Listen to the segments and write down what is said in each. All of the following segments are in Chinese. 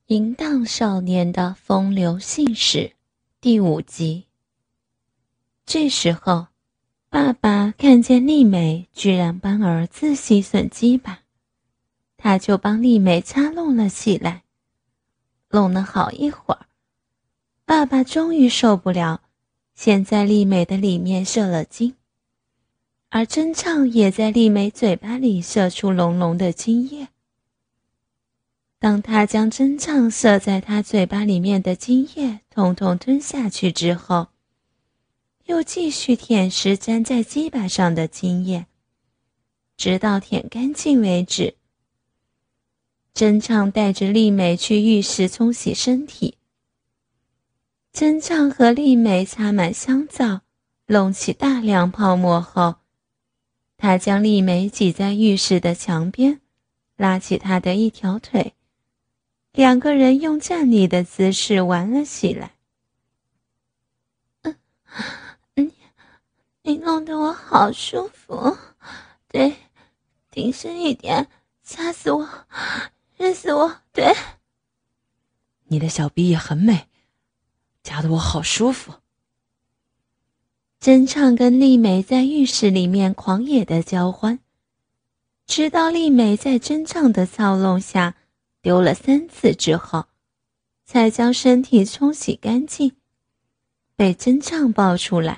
淫荡少年的风流信使第5集。这时候，爸爸看见丽美居然帮儿子吸吮鸡巴，他就帮丽美擦弄了起来。弄了好一会儿，爸爸终于受不了，先在丽美的里面射了精，而真畅也在丽美嘴巴里射出浓浓的精液。当他将真畅射在他嘴巴里面的精液统统吞下去之后，又继续舔舐粘在鸡巴上的精液，直到舔干净为止。真畅带着丽美去浴室冲洗身体。真畅和丽美擦满香皂，弄起大量泡沫后，他将丽美挤在浴室的墙边，拉起她的一条腿，两个人用站立的姿势玩了起来。你弄得我好舒服，对，挺深一点，掐死我，日死我，对。 你的小逼也很美，夹得我好舒服。 真畅跟丽美在浴室里面狂野的交欢，直到丽美在真畅的操弄下丢了3次之后，才将身体冲洗干净，被真畅抱出来。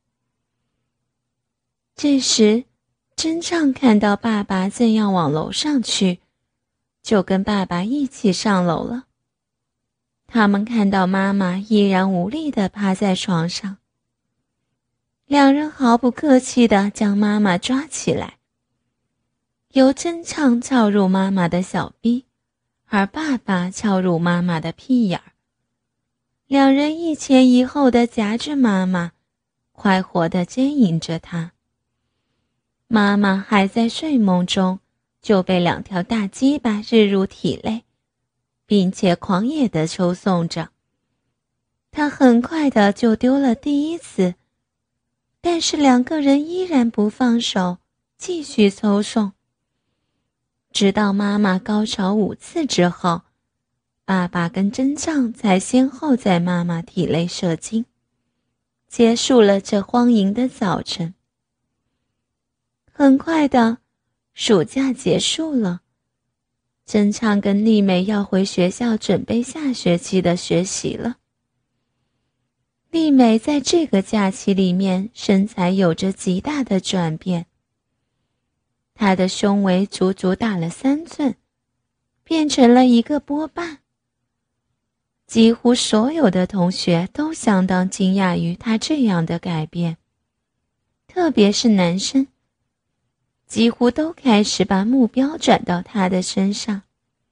这时，真畅看到爸爸正要往楼上去，就跟爸爸一起上楼了。他们看到妈妈依然无力地趴在床上，两人毫不客气地将妈妈抓起来，由真畅撬入妈妈的小逼，而爸爸撬入妈妈的屁眼儿。两人一前一后地夹着妈妈，快活地呻吟着她。妈妈还在睡梦中，就被2条大鸡巴日入体内，并且狂野地抽送着。她很快地就丢了第1次，但是2个人依然不放手，继续抽送。直到妈妈高潮5次之后，爸爸跟真畅才先后在妈妈体内射精，结束了这荒淫的早晨。很快的，暑假结束了，真畅跟丽美要回学校准备下学期的学习了。丽美在这个假期里面身材有着极大的转变，她的胸围足足大了3寸，变成了一个波霸。几乎所有的同学都相当惊讶于她这样的改变，特别是男生，几乎都开始把目标转到她的身上。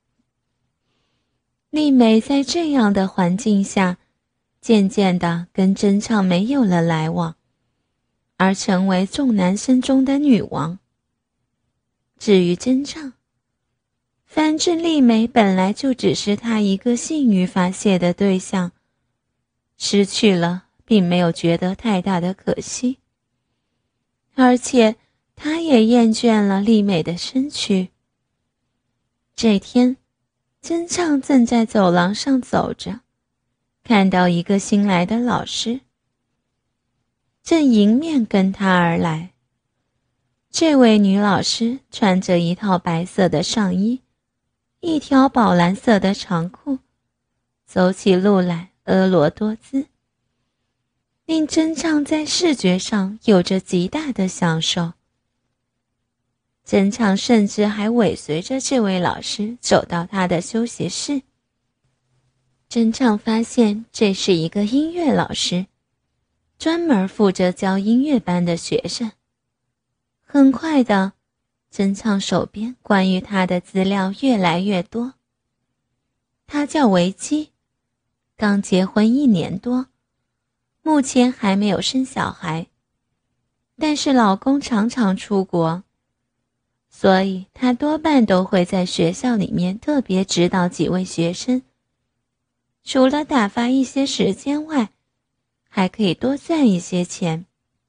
丽美在这样的环境下，渐渐地跟真畅没有了来往，而成为众男生中的女王。至于真畅，反正丽美本来就只是他一个性欲发泄的对象，失去了并没有觉得太大的可惜，而且他也厌倦了丽美的身躯。这天，真畅正在走廊上走着，看到一个新来的老师，正迎面跟他而来。这位女老师穿着一套白色的上衣，一条宝蓝色的长裤，走起路来婀娜多姿，令真畅在视觉上有着极大的享受。真畅甚至还尾随着这位老师走到他的休息室。真畅发现这是一个音乐老师，专门负责教音乐班的学生。很快的，真畅手边关于他的资料越来越多。他叫维基，刚结婚1年多，目前还没有生小孩，但是老公常常出国，所以他多半都会在学校里面特别指导几位学生，除了打发一些时间外，还可以多赚一些钱。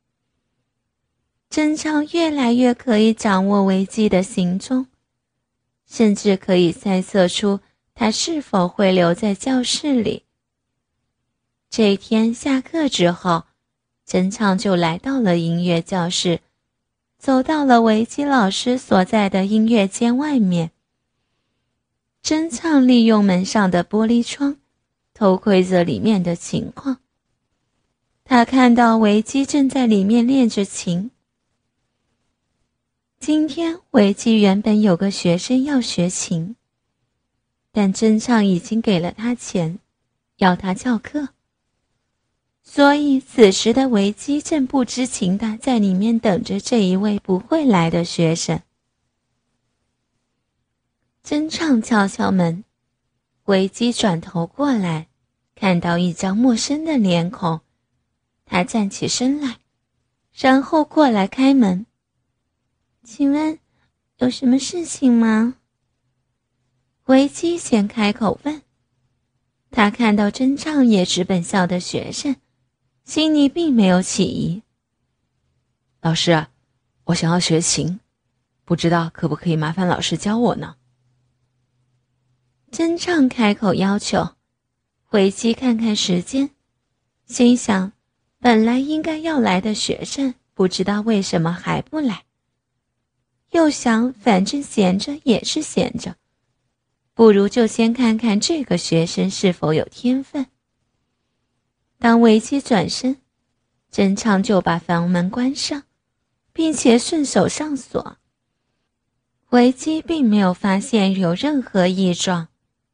真畅越来越可以掌握维基的行踪，甚至可以猜测出他是否会留在教室里。这一天下课之后，真畅就来到了音乐教室，走到了维基老师所在的音乐间外面。真畅利用门上的玻璃窗，偷窥着里面的情况。他看到维基正在里面练着琴。今天维基原本有个学生要学琴，但真畅已经给了他钱，要他教课。所以此时的维基正不知情地在里面等着这一位不会来的学生。真畅敲敲门，维基转头过来，看到一张陌生的脸孔，他站起身来，然后过来开门。请问有什么事情吗？维基先开口问。他看到真畅也是本校的学生，心里并没有起疑。 老师，我想要学琴，不知道可不可以麻烦老师教我呢？ 真畅开口要求。维基看看时间，心想本来应该要来的学生不知道为什么还不来，又想反正闲着也是闲着，不如就先看看这个学生是否有天分。当维基转身，真畅就把房门关上，并且顺手上锁。维基并没有发现有任何异状。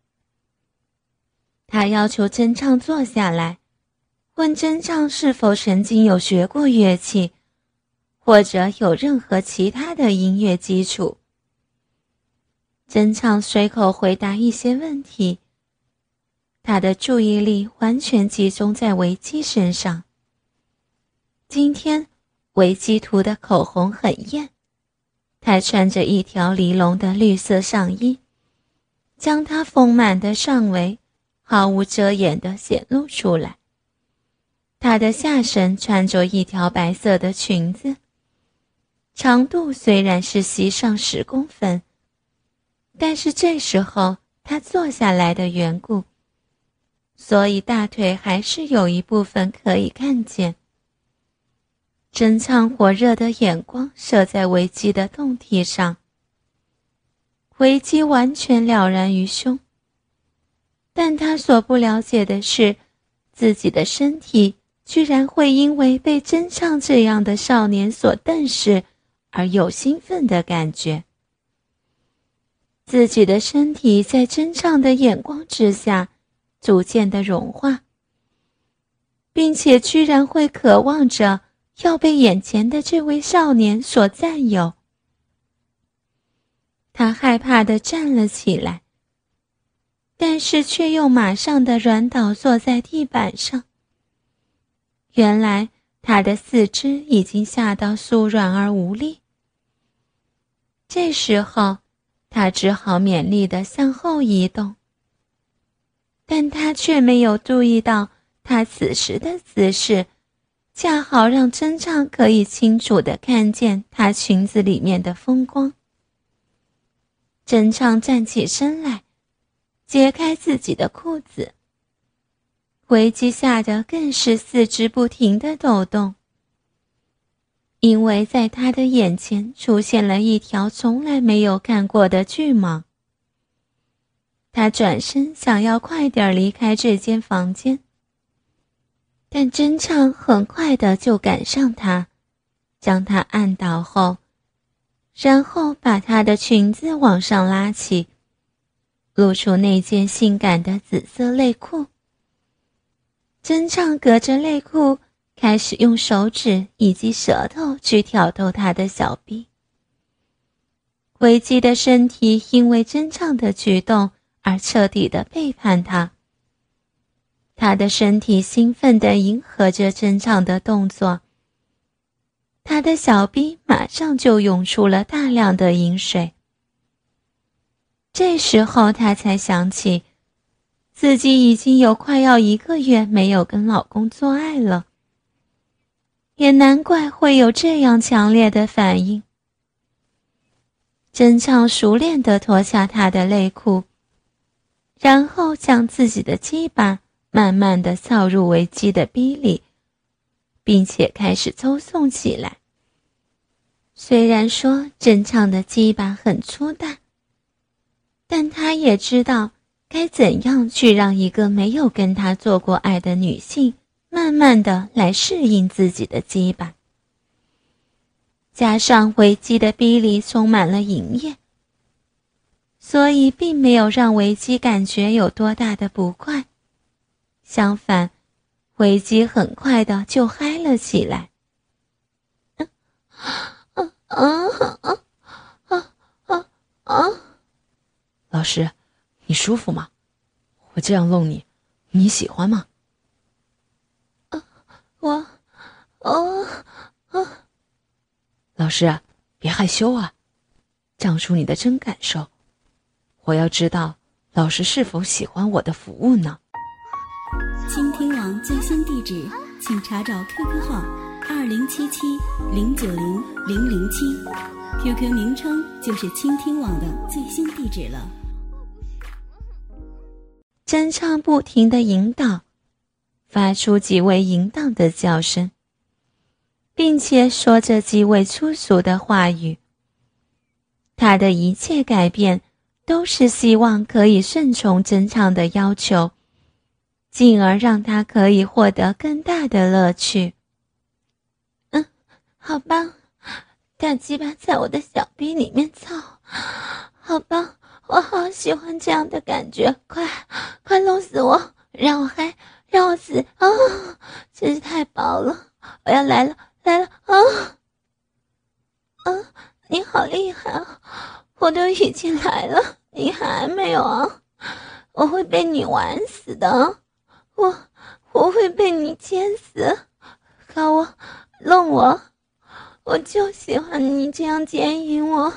他要求真畅坐下来，问真畅是否曾经有学过乐器，或者有任何其他的音乐基础。真畅随口回答一些问题，他的注意力完全集中在维基身上。今天维基涂的口红很艳，他穿着一条尼龙的绿色上衣，将他丰满的上围毫无遮掩地显露出来。她的下身穿着一条白色的裙子，长度虽然是膝上10公分，但是这时候她坐下来的缘故，所以大腿还是有一部分可以看见。真畅火热的眼光射在维基的胴体上，维基完全了然于胸。但他所不了解的是，自己的身体居然会因为被真畅这样的少年所瞪视而有兴奋的感觉。自己的身体在真畅的眼光之下逐渐的融化，并且居然会渴望着要被眼前的这位少年所占有。他害怕地站了起来，但是却又马上的软倒坐在地板上。原来他的四肢已经吓到酥软而无力。这时候他只好勉力地向后移动，但他却没有注意到他此时的姿势恰好让真畅可以清楚地看见她裙子里面的风光。真畅站起身来，解开自己的裤子，维基吓得更是四肢不停地抖动，因为在他的眼前出现了一条从来没有看过的巨蟒。他转身想要快点离开这间房间，但真畅很快的就赶上他，将他按倒后，然后把她的裙子往上拉起，露出那件性感的紫色内裤。真畅隔着内裤开始用手指以及舌头去挑逗她的小臂。维基的身体因为真畅的举动而彻底的背叛他，他的身体兴奋地迎合着真畅的动作，他的小臂马上就涌出了大量的饮水。这时候他才想起，自己已经有快要1个月没有跟老公做爱了，也难怪会有这样强烈的反应。真畅熟练地脱下他的内裤， 然后将自己的鸡巴慢慢地操入维基的逼里，并且开始抽送起来。虽然说真唱的鸡巴很粗大，但他也知道该怎样去让一个没有跟他做过爱的女性慢慢地来适应自己的鸡巴。加上维基的逼里充满了淫液，所以并没有让维基感觉有多大的不快，相反，维基很快的就嗨了起来。 老师，你舒服吗？我这样弄你，你喜欢吗？老师，别害羞啊，讲出你的真感受。我要知道老师是否喜欢我的服务呢？ 倾听网最新地址，请查找 QQ 号2077-090-007，QQ 名称就是倾听网的最新地址了。 真唱不停地引导，发出极为淫荡的叫声，并且说着极为粗俗的话语。他的一切改变都是希望可以顺从真唱的要求，进而让他可以获得更大的乐趣。好棒，大鸡巴在我的小逼里面操，好棒，我好喜欢这样的感觉，快弄死我，让我嗨，让我死啊！真是太饱了，我要来了你好厉害啊，我都已经来了，你还没有啊？我会被你玩死的，我会被你奸死，搞我，弄我，我就喜欢你这样奸淫我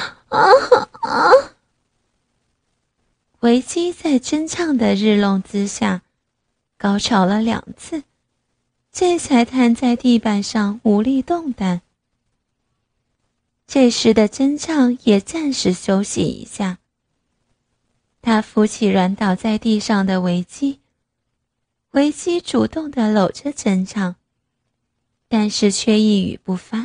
维基在真唱的日弄之下高潮了2次，这才瘫在地板上无力动弹。这时的真唱也暂时休息一下，他扶起软倒在地上的维基，维基主动地搂着真唱，但是却一语不发。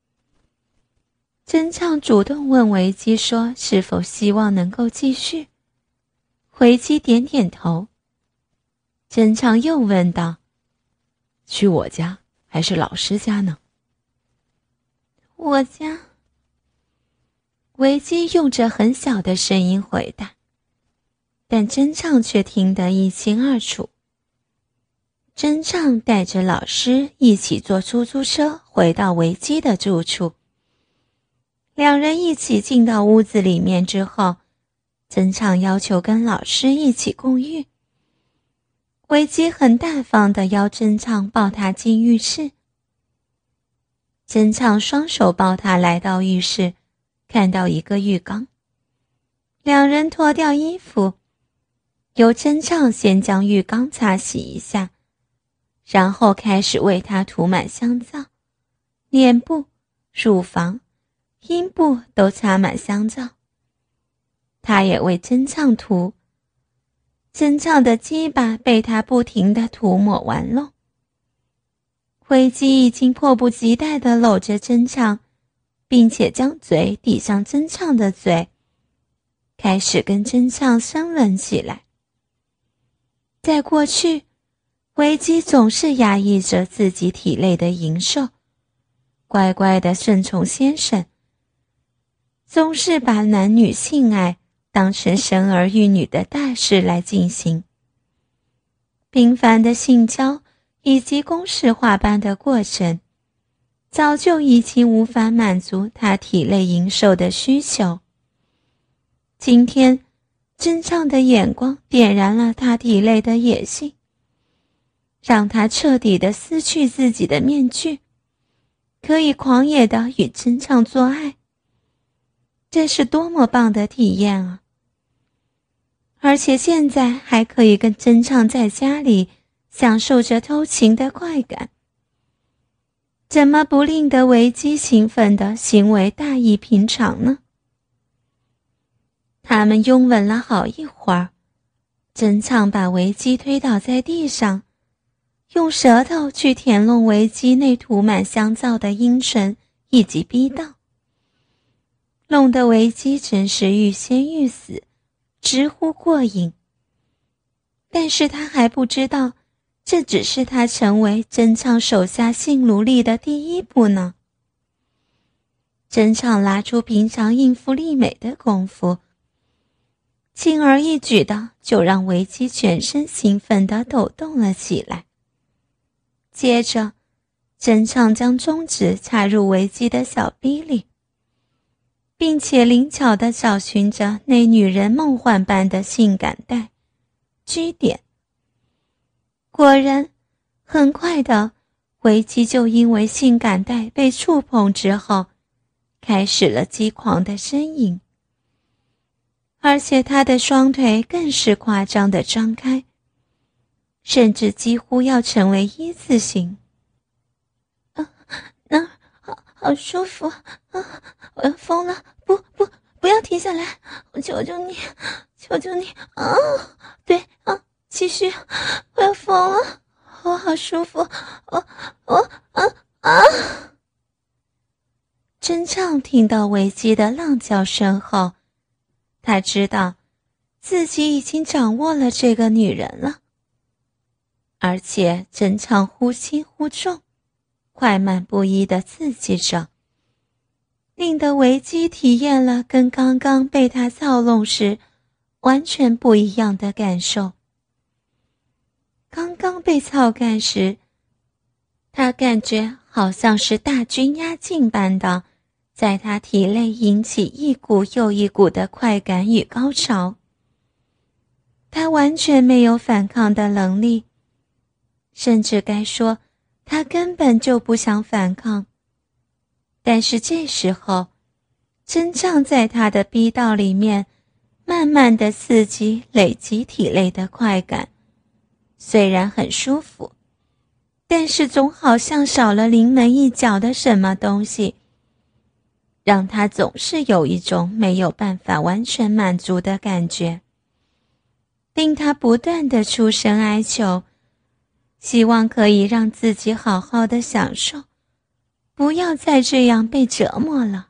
真唱主动问维基说是否希望能够继续，维基点点头。真唱又问道： 去我家还是老师家呢？ 我家。维基用着很小的声音回答，但真唱却听得一清二楚。真唱带着老师一起坐出租车回到维基的住处。两人一起进到屋子里面之后，真唱要求跟老师一起共浴。维基很大方地邀真唱抱他进浴室。真唱双手抱他来到浴室，看到一个浴缸，两人脱掉衣服，由真唱先将浴缸擦洗一下，然后开始为他涂满香皂，脸部、乳房、阴部都擦满香皂。他也为真唱涂，真唱的鸡巴被他不停地涂抹玩弄。维基已经迫不及待地搂着真唱，并且将嘴抵上真唱的嘴，开始跟真唱深吻起来。在过去，维基总是压抑着自己体内的淫兽，乖乖地顺从先生，总是把男女性爱当成生儿育女的大事来进行。频繁的性交以及公式化般的过程，早就已经无法满足他体内淫兽的需求。今天，真唱的眼光点燃了他体内的野性，让他彻底地撕去自己的面具，可以狂野地与真唱做爱。这是多么棒的体验啊！而且现在还可以跟真唱在家里享受着偷情的快感，怎么不令得维基兴奋的行为大异平常呢？他们拥吻了好一会儿， 真畅把维基推倒在地上，用舌头去舔弄维基那涂满香皂的阴唇以及逼道，弄得维基真是欲仙欲死，直呼过瘾。但是他还不知道，这只是他成为真畅手下性奴隶的第一步呢。真畅拿出平常应付丽美的功夫，轻而易举的就让维基全身兴奋地抖动了起来。接着，真畅将中指插入维基的小逼里，并且灵巧地找寻着那女人梦幻般的性感带、G 点。果然，很快的，维基就因为性感带被触碰之后，开始了激狂的呻吟，而且他的双腿更是夸张地张开，甚至几乎要成为一字形。那好舒服啊！我要疯了！不要停下来！我求求你，求求你啊！对啊，继续！我要疯了！我好舒服！真畅听到维基的浪叫声后，他知道自己已经掌握了这个女人了，而且真畅忽轻忽重，快慢不一地刺激着，令得维基体验了跟刚刚被他操弄时完全不一样的感受。刚刚被操干时，他感觉好像是大军压境般的在他体内引起一股又一股的快感与高潮，他完全没有反抗的能力，甚至该说他根本就不想反抗。但是这时候，真畅在他的逼道里面慢慢地伺机累积体内的快感，虽然很舒服，但是总好像少了临门一脚的什么东西，让他总是有一种没有办法完全满足的感觉，令他不断地出声哀求，希望可以让自己好好的享受，不要再这样被折磨了。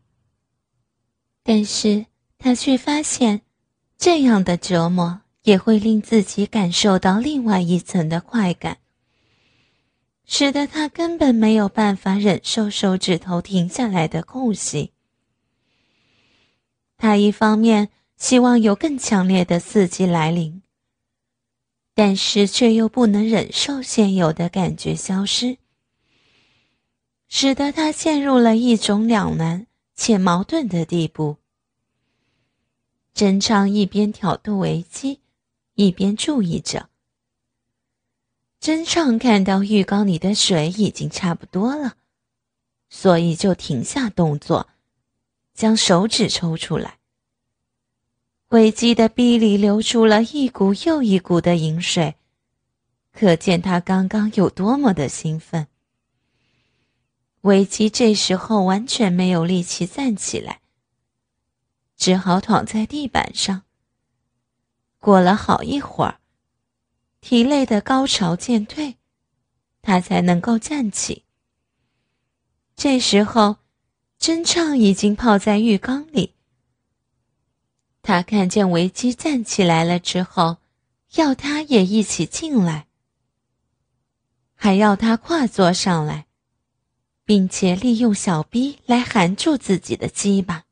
但是他却发现，这样的折磨也会令自己感受到另外一层的快感，使得他根本没有办法忍受手指头停下来的空隙。他一方面希望有更强烈的刺激来临，但是却又不能忍受现有的感觉消失，使得他陷入了一种两难且矛盾的地步。真畅一边挑逗维基，一边注意着。真畅看到浴缸里的水已经差不多了，所以就停下动作，将手指抽出来。维基的逼里流出了一股又一股的饮水，可见他刚刚有多么的兴奋。维基这时候完全没有力气站起来，只好躺在地板上。过了好一会儿，体内的高潮渐退，他才能够站起。这时候，真畅已经泡在浴缸里。他看见维基站起来了之后，要他也一起进来，还要他跨坐上来，并且利用小逼来含住自己的鸡巴。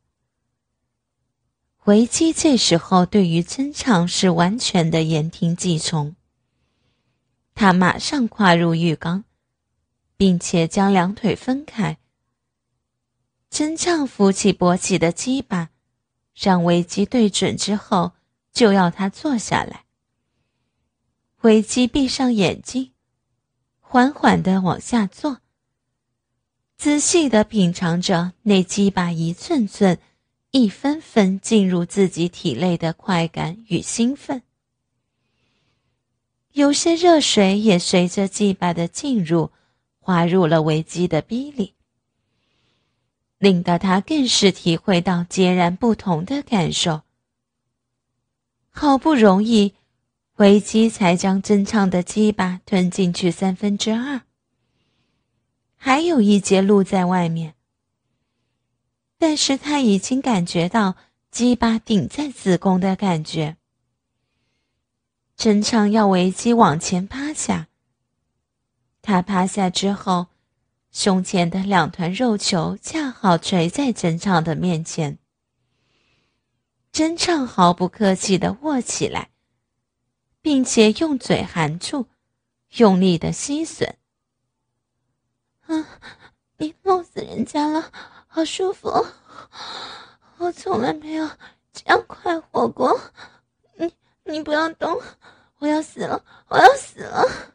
维基这时候对于真畅是完全的言听计从，他马上跨入浴缸，并且将两腿分开。真畅扶起勃起的鸡巴，让维基对准之后，就要他坐下来。维基闭上眼睛，缓缓地往下坐，仔细地品尝着那鸡巴一寸寸一分分进入自己体内的快感与兴奋。有些热水也随着鸡巴的进入滑入了维基的逼里，令得他更是体会到截然不同的感受。好不容易， 维基才将真畅的鸡巴吞进去2/3，还有一截露在外面。但是他已经感觉到鸡巴顶在子宫的感觉。真畅要维基往前趴下，他趴下之后，胸前的2团肉球恰好垂在真畅的面前。真畅毫不客气地握起来，并且用嘴含住，用力地吸吮。你弄死人家了，好舒服，我从来没有这样快活过。你不要动，我要死了，我要死了。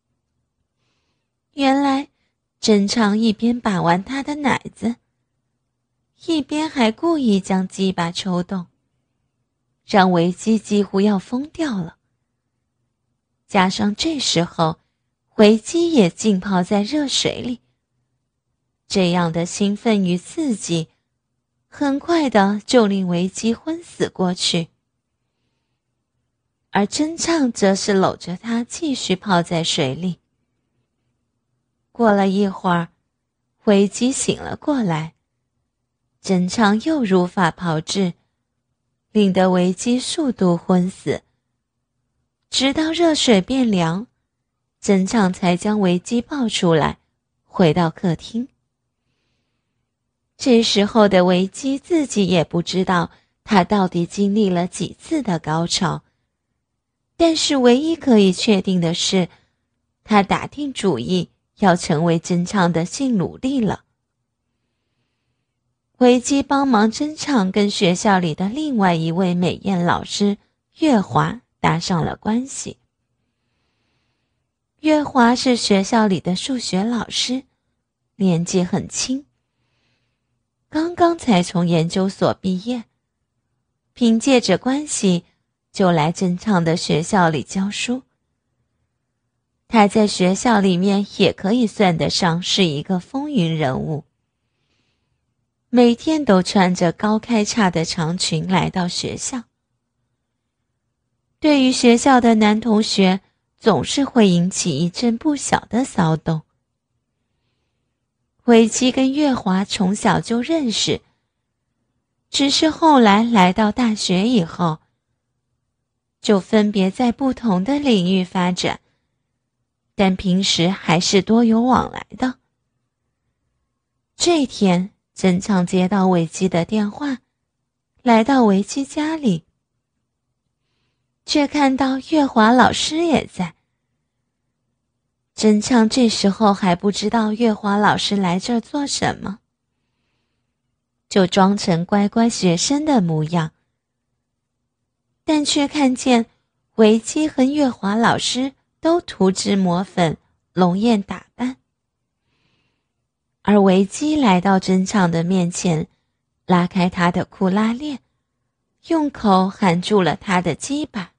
原来真畅一边把玩他的奶子，一边还故意将鸡巴抽动，让维基几乎要疯掉了。加上这时候维基也浸泡在热水里，这样的兴奋与刺激很快的就令维基昏死过去。而真畅则是搂着他继续泡在水里。过了一会儿，维基醒了过来，真畅又如法炮制，令得维基数度昏死。直到热水变凉，真畅才将维基抱出来，回到客厅。这时候的维基自己也不知道他到底经历了几次的高潮，但是唯一可以确定的是，他打定主意要成为真畅的性奴隶了。维基帮忙真畅跟学校里的另外一位美艳老师月华搭上了关系。月华是学校里的数学老师，年纪很轻，刚刚才从研究所毕业，凭借着关系就来真畅的学校里教书。他在学校里面也可以算得上是一个风云人物，每天都穿着高开叉的长裙来到学校。对于学校的男同学，总是会引起一阵不小的骚动。维基跟月华从小就认识，只是后来来到大学以后，就分别在不同的领域发展，但平时还是多有往来的。这天，真畅接到维基的电话，来到维基家里，却看到月华老师也在。真畅这时候还不知道月华老师来这儿做什么，就装成乖乖学生的模样，但却看见维基和月华老师都涂脂抹粉，浓艳打扮。而维基来到真畅的面前，拉开他的裤拉链，用口含住了他的鸡巴。